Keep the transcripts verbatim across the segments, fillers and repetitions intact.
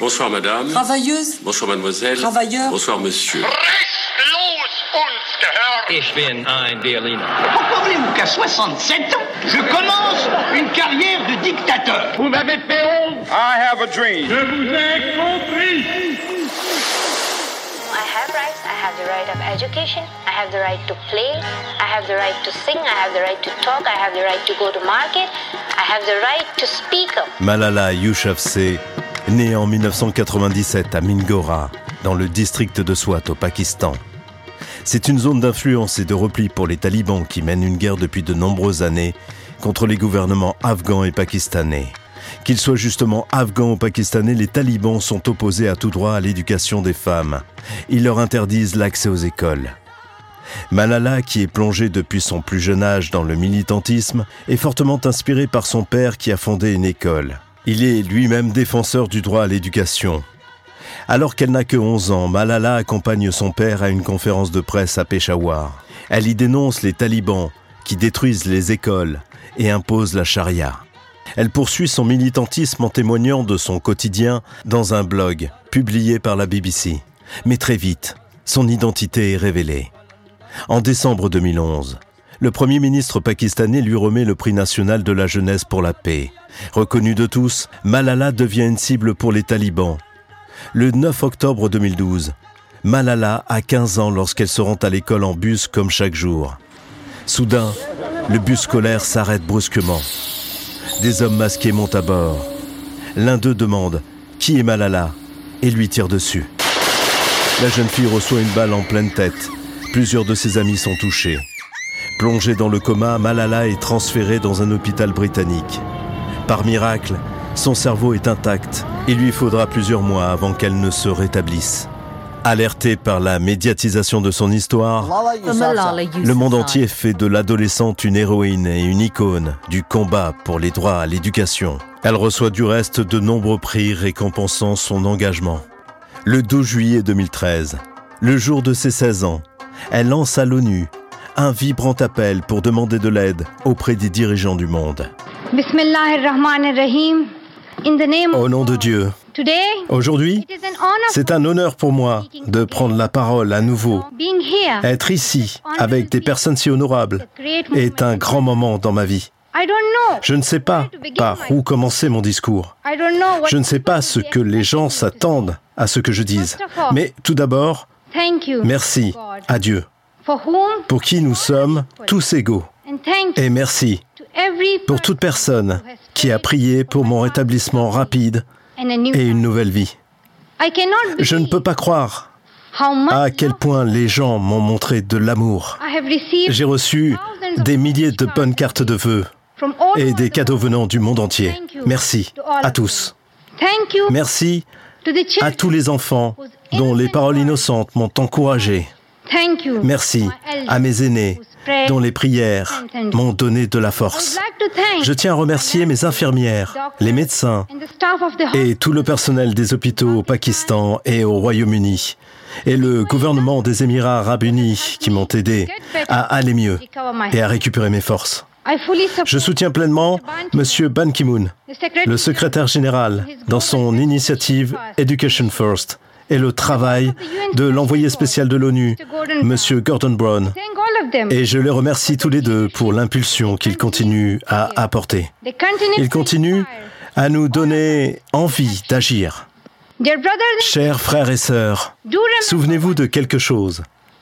Bonsoir madame. Travailleuse. Bonsoir mademoiselle. Travailleur. Bonsoir monsieur. Ich bin ein Berliner. Pourquoi voulez-vous qu'à soixante-sept ans, je commence une carrière de dictateur? Vous m'avez fait honte. I have a dream. Je vous ai compris. I have rights. I have the right of education. I have the right to play. I have the right to sing. I have the right to talk. I have the right to go to market. I have the right to speak up. Malala Yousafzai, née en dix-neuf cent quatre-vingt-dix-sept à Mingora, dans le district de Swat au Pakistan. C'est une zone d'influence et de repli pour les talibans qui mènent une guerre depuis de nombreuses années contre les gouvernements afghans et pakistanais. Qu'ils soient justement afghans ou pakistanais, les talibans sont opposés à tout droit à l'éducation des femmes. Ils leur interdisent l'accès aux écoles. Malala, qui est plongée depuis son plus jeune âge dans le militantisme, est fortement inspirée par son père qui a fondé une école. Il est lui-même défenseur du droit à l'éducation. Alors qu'elle n'a que onze ans, Malala accompagne son père à une conférence de presse à Peshawar. Elle y dénonce les talibans qui détruisent les écoles et imposent la charia. Elle poursuit son militantisme en témoignant de son quotidien dans un blog publié par la B B C. Mais très vite, son identité est révélée. En décembre deux mille onze, le Premier ministre pakistanais lui remet le prix national de la jeunesse pour la paix. Reconnue de tous, Malala devient une cible pour les talibans. Le neuf octobre deux mille douze, Malala a quinze ans lorsqu'elle se rend à l'école en bus comme chaque jour. Soudain, le bus scolaire s'arrête brusquement. Des hommes masqués montent à bord. L'un d'eux demande « Qui est Malala ?» et lui tire dessus. La jeune fille reçoit une balle en pleine tête. Plusieurs de ses amis sont touchés. Plongée dans le coma, Malala est transférée dans un hôpital britannique. Par miracle, son cerveau est intact. Il lui faudra plusieurs mois avant qu'elle ne se rétablisse. Alerté par la médiatisation de son histoire, le monde entier fait de l'adolescente une héroïne et une icône du combat pour les droits à l'éducation. Elle reçoit du reste de nombreux prix récompensant son engagement. Le douze juillet deux mille treize, le jour de ses seize ans, elle lance à l'ONU un vibrant appel pour demander de l'aide auprès des dirigeants du monde. Bismillahirrahmanirrahim. Au nom de Dieu, aujourd'hui, c'est un honneur pour moi de prendre la parole à nouveau. Être ici, avec des personnes si honorables, est un grand moment dans ma vie. Je ne sais pas par où commencer mon discours. Je ne sais pas ce que les gens s'attendent à ce que je dise. Mais tout d'abord, merci à Dieu, pour qui nous sommes tous égaux. Et merci pour toute personne qui a prié pour mon rétablissement rapide et une nouvelle vie. Je ne peux pas croire à quel point les gens m'ont montré de l'amour. J'ai reçu des milliers de bonnes cartes de vœux et des cadeaux venant du monde entier. Merci à tous. Merci à tous les enfants dont les paroles innocentes m'ont encouragé. Merci à mes aînés dont les prières m'ont donné de la force. Je tiens à remercier mes infirmières, les médecins et tout le personnel des hôpitaux au Pakistan et au Royaume-Uni et le gouvernement des Émirats arabes unis qui m'ont aidé à aller mieux et à récupérer mes forces. Je soutiens pleinement M. Ban Ki-moon, le secrétaire général, dans son initiative Education First et le travail de l'envoyé spécial de l'ONU, M. Gordon Brown. Et je les remercie tous les deux pour l'impulsion qu'ils continuent à apporter. Ils continuent à nous donner envie d'agir. Chers frères et sœurs, souvenez-vous de quelque chose.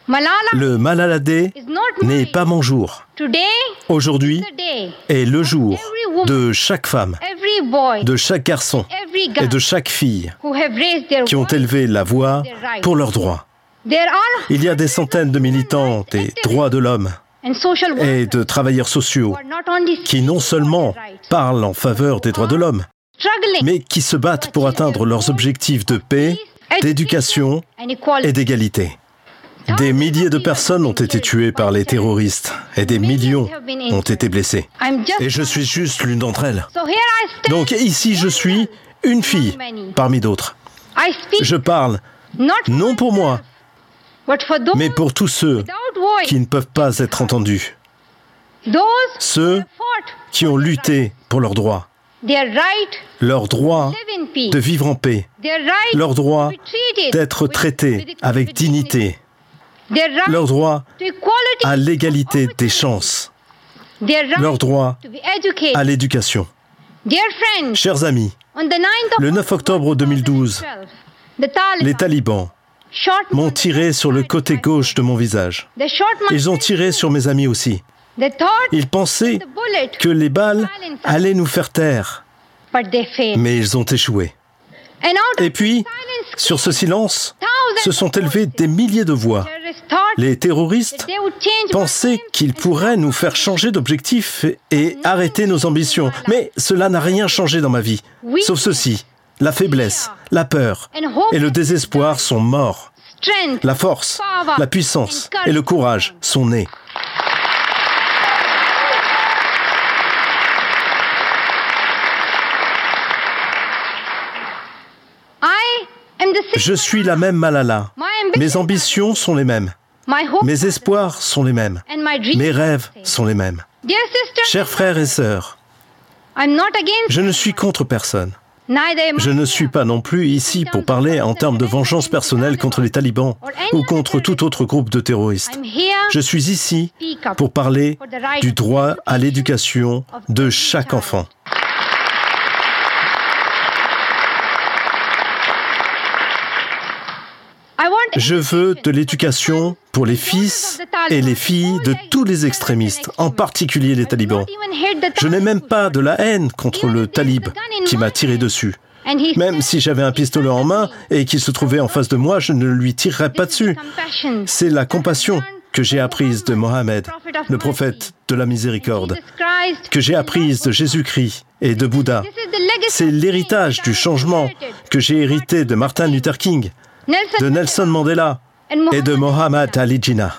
Le Malala Day n'est pas mon jour. Aujourd'hui est le jour de chaque femme, de chaque garçon et de chaque fille qui ont élevé la voix pour leurs droits. Il y a des centaines de militants des droits de l'homme et de travailleurs sociaux qui non seulement parlent en faveur des droits de l'homme, mais qui se battent pour atteindre leurs objectifs de paix, d'éducation et d'égalité. Des milliers de personnes ont été tuées par les terroristes et des millions ont été blessés. Et je suis juste l'une d'entre elles. Donc ici, je suis une fille parmi d'autres. Je parle non pour moi, mais pour tous ceux qui ne peuvent pas être entendus. Ceux qui ont lutté pour leurs droits. leur droit de vivre en paix, leur droit d'être traités avec dignité, leur droit à l'égalité des chances, leur droit à l'éducation. Chers amis, le neuf octobre deux mille douze, les talibans m'ont tiré sur le côté gauche de mon visage. Ils ont tiré sur mes amis aussi. Ils pensaient que les balles allaient nous faire taire, mais ils ont échoué. Et puis, sur ce silence, se sont élevées des milliers de voix. Les terroristes pensaient qu'ils pourraient nous faire changer d'objectif et arrêter nos ambitions. Mais cela n'a rien changé dans ma vie, sauf ceci. La faiblesse, la peur et le désespoir sont morts. La force, la puissance et le courage sont nés. Je suis la même Malala. Mes ambitions sont les mêmes. Mes espoirs sont les mêmes. Mes rêves sont les mêmes. Chers frères et sœurs, je ne suis contre personne. Je ne suis pas non plus ici pour parler en termes de vengeance personnelle contre les talibans ou contre tout autre groupe de terroristes. Je suis ici pour parler du droit à l'éducation de chaque enfant. Je veux de l'éducation pour les fils et les filles de tous les extrémistes, en particulier les talibans. Je n'ai même pas de la haine contre le talib qui m'a tiré dessus. Même si j'avais un pistolet en main et qu'il se trouvait en face de moi, je ne lui tirerais pas dessus. C'est la compassion que j'ai apprise de Mohammed, le prophète de la miséricorde, que j'ai apprise de Jésus-Christ et de Bouddha. C'est l'héritage du changement que j'ai hérité de Martin Luther King, de Nelson Mandela et de Mohammad Ali Jinnah.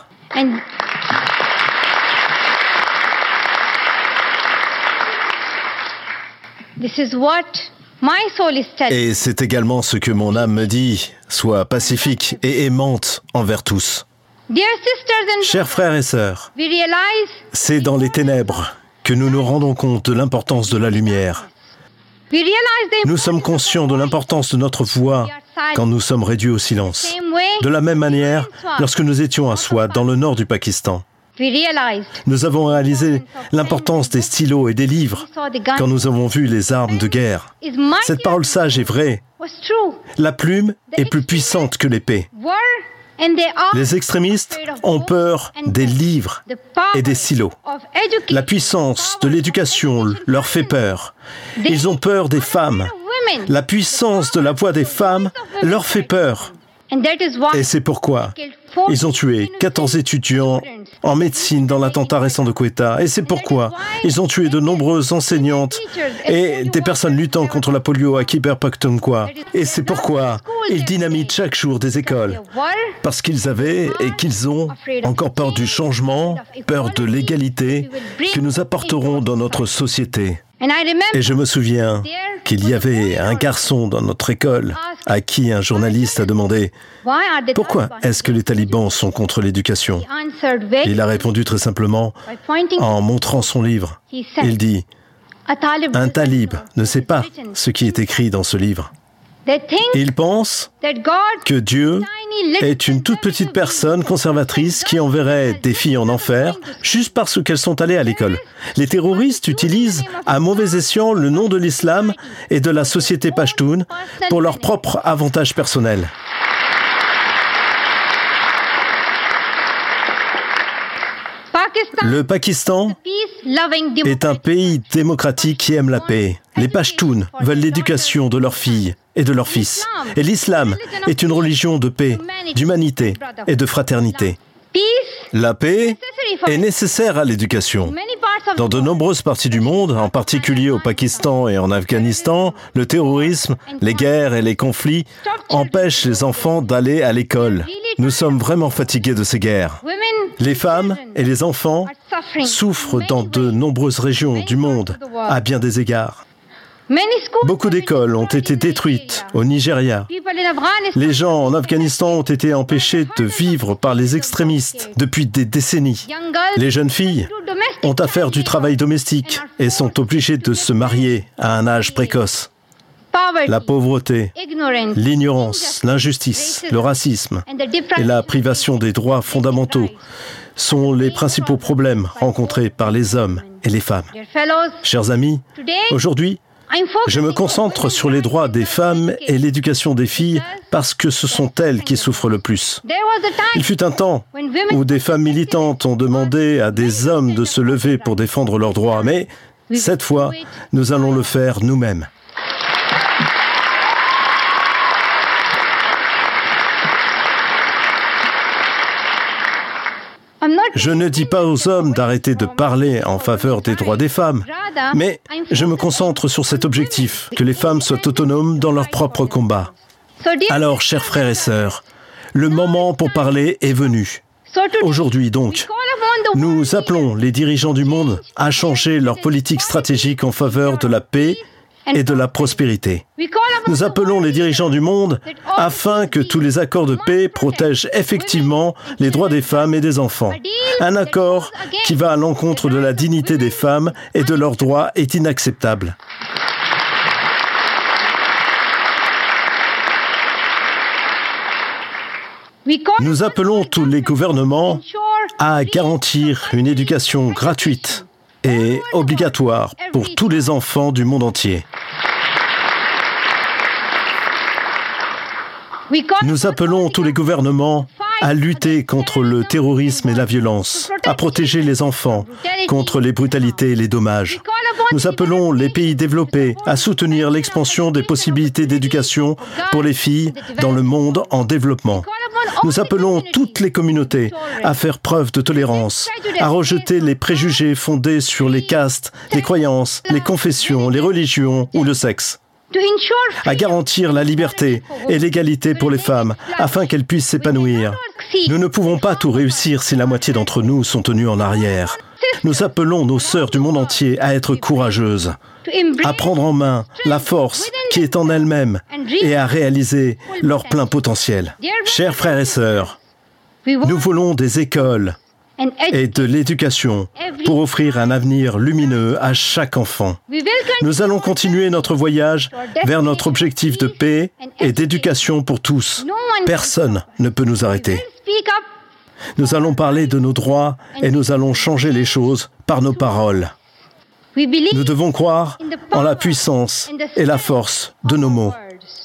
Et c'est également ce que mon âme me dit, sois pacifique et aimante envers tous. Chers frères et sœurs, c'est dans les ténèbres que nous nous rendons compte de l'importance de la lumière. Nous sommes conscients de l'importance de notre voix quand nous sommes réduits au silence. De la même manière, lorsque nous étions à Swat, dans le nord du Pakistan, nous avons réalisé l'importance des stylos et des livres quand nous avons vu les armes de guerre. Cette parole sage est vraie. La plume est plus puissante que l'épée. Les extrémistes ont peur des livres et des silos. La puissance de l'éducation leur fait peur. Ils ont peur des femmes. La puissance de la voix des femmes leur fait peur. Et c'est pourquoi ils ont tué quatorze étudiants en médecine dans l'attentat récent de Quetta. Et c'est pourquoi ils ont tué de nombreuses enseignantes et des personnes luttant contre la polio à Khyber Pakhtunkhwa. Et c'est pourquoi ils dynamitent chaque jour des écoles. Parce qu'ils avaient et qu'ils ont encore peur du changement, peur de l'égalité que nous apporterons dans notre société. Et je me souviens qu'il y avait un garçon dans notre école à qui un journaliste a demandé « Pourquoi est-ce que les talibans sont contre l'éducation ?» Il a répondu très simplement en montrant son livre. Il dit « Un talib ne sait pas ce qui est écrit dans ce livre. Il pense que Dieu est une toute petite personne conservatrice qui enverrait des filles en enfer juste parce qu'elles sont allées à l'école. Les terroristes utilisent à mauvais escient le nom de l'islam et de la société pachtoune pour leur propre avantage personnel. » Le Pakistan est un pays démocratique qui aime la paix. Les Pashtuns veulent l'éducation de leurs filles et de leurs fils. Et l'islam est une religion de paix, d'humanité et de fraternité. La paix est nécessaire à l'éducation. Dans de nombreuses parties du monde, en particulier au Pakistan et en Afghanistan, le terrorisme, les guerres et les conflits empêchent les enfants d'aller à l'école. Nous sommes vraiment fatigués de ces guerres. Les femmes et les enfants souffrent dans de nombreuses régions du monde, à bien des égards. Beaucoup d'écoles ont été détruites au Nigeria. Les gens en Afghanistan ont été empêchés de vivre par les extrémistes depuis des décennies. Les jeunes filles ont à faire du travail domestique et sont obligées de se marier à un âge précoce. La pauvreté, l'ignorance, l'injustice, le racisme et la privation des droits fondamentaux sont les principaux problèmes rencontrés par les hommes et les femmes. Chers amis, aujourd'hui, je me concentre sur les droits des femmes et l'éducation des filles parce que ce sont elles qui souffrent le plus. Il fut un temps où des femmes militantes ont demandé à des hommes de se lever pour défendre leurs droits, mais cette fois, nous allons le faire nous-mêmes. Je ne dis pas aux hommes d'arrêter de parler en faveur des droits des femmes, mais je me concentre sur cet objectif, que les femmes soient autonomes dans leur propre combat. Alors, chers frères et sœurs, le moment pour parler est venu. Aujourd'hui donc, nous appelons les dirigeants du monde à changer leur politique stratégique en faveur de la paix et de la prospérité. Nous appelons les dirigeants du monde afin que tous les accords de paix protègent effectivement les droits des femmes et des enfants. Un accord qui va à l'encontre de la dignité des femmes et de leurs droits est inacceptable. Nous appelons tous les gouvernements à garantir une éducation gratuite et obligatoire pour tous les enfants du monde entier. Nous appelons tous les gouvernements à lutter contre le terrorisme et la violence, à protéger les enfants contre les brutalités et les dommages. Nous appelons les pays développés à soutenir l'expansion des possibilités d'éducation pour les filles dans le monde en développement. Nous appelons toutes les communautés à faire preuve de tolérance, à rejeter les préjugés fondés sur les castes, les croyances, les confessions, les religions ou le sexe, à garantir la liberté et l'égalité pour les femmes afin qu'elles puissent s'épanouir. Nous ne pouvons pas tout réussir si la moitié d'entre nous sont tenus en arrière. Nous appelons nos sœurs du monde entier à être courageuses, à prendre en main la force qui est en elles-mêmes et à réaliser leur plein potentiel. Chers frères et sœurs, nous voulons des écoles et de l'éducation pour offrir un avenir lumineux à chaque enfant. Nous allons continuer notre voyage vers notre objectif de paix et d'éducation pour tous. Personne ne peut nous arrêter. Nous allons parler de nos droits et nous allons changer les choses par nos paroles. Nous devons croire en la puissance et la force de nos mots.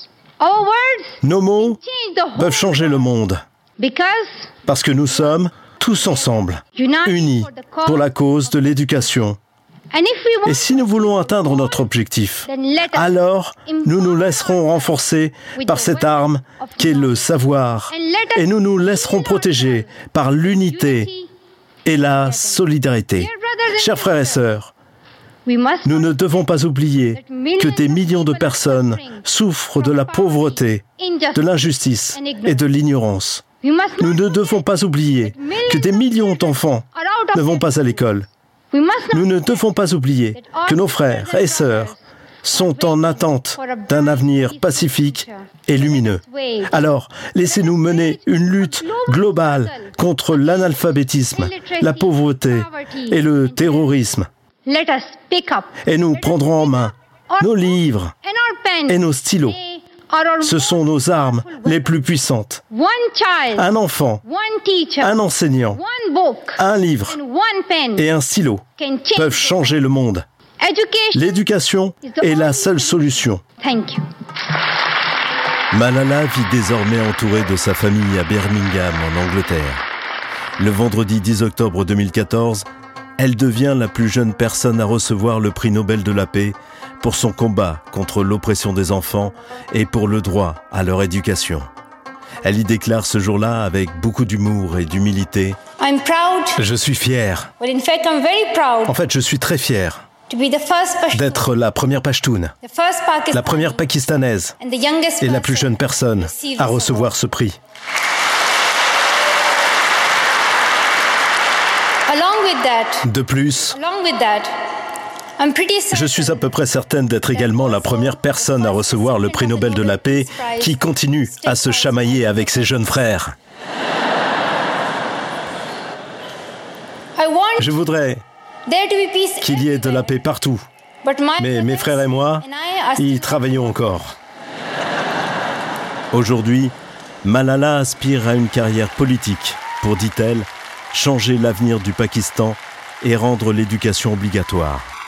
Nos mots peuvent changer le monde parce que nous sommes tous ensemble, unis pour la cause de l'éducation. Et si nous voulons atteindre notre objectif, alors nous nous laisserons renforcer par cette arme qui est le savoir et nous nous laisserons protéger par l'unité et la solidarité. Chers frères et sœurs, nous ne devons pas oublier que des millions de personnes souffrent de la pauvreté, de l'injustice et de l'ignorance. Nous ne devons pas oublier que des millions d'enfants ne vont pas à l'école. Nous ne devons pas oublier que nos frères et sœurs sont en attente d'un avenir pacifique et lumineux. Alors, laissez-nous mener une lutte globale contre l'analphabétisme, la pauvreté et le terrorisme. Et nous prendrons en main nos livres et nos stylos. Ce sont nos armes les plus puissantes. Un enfant, un enseignant, un livre et un stylo peuvent changer le monde. L'éducation est la seule solution. Malala vit désormais entourée de sa famille à Birmingham, en Angleterre. Le vendredi dix octobre deux mille quatorze, elle devient la plus jeune personne à recevoir le prix Nobel de la paix pour son combat contre l'oppression des enfants et pour le droit à leur éducation. Elle y déclare ce jour-là avec beaucoup d'humour et d'humilité « Je suis fière. En fait, je suis très fière d'être la première Pashtoun, la première Pakistanaise et la plus jeune personne à recevoir ce prix. » De plus, je suis à peu près certaine d'être également la première personne à recevoir le prix Nobel de la paix qui continue à se chamailler avec ses jeunes frères. Je voudrais qu'il y ait de la paix partout. Mais mes frères et moi, y travaillons encore. Aujourd'hui, Malala aspire à une carrière politique pour, dit-elle, changer l'avenir du Pakistan et rendre l'éducation obligatoire.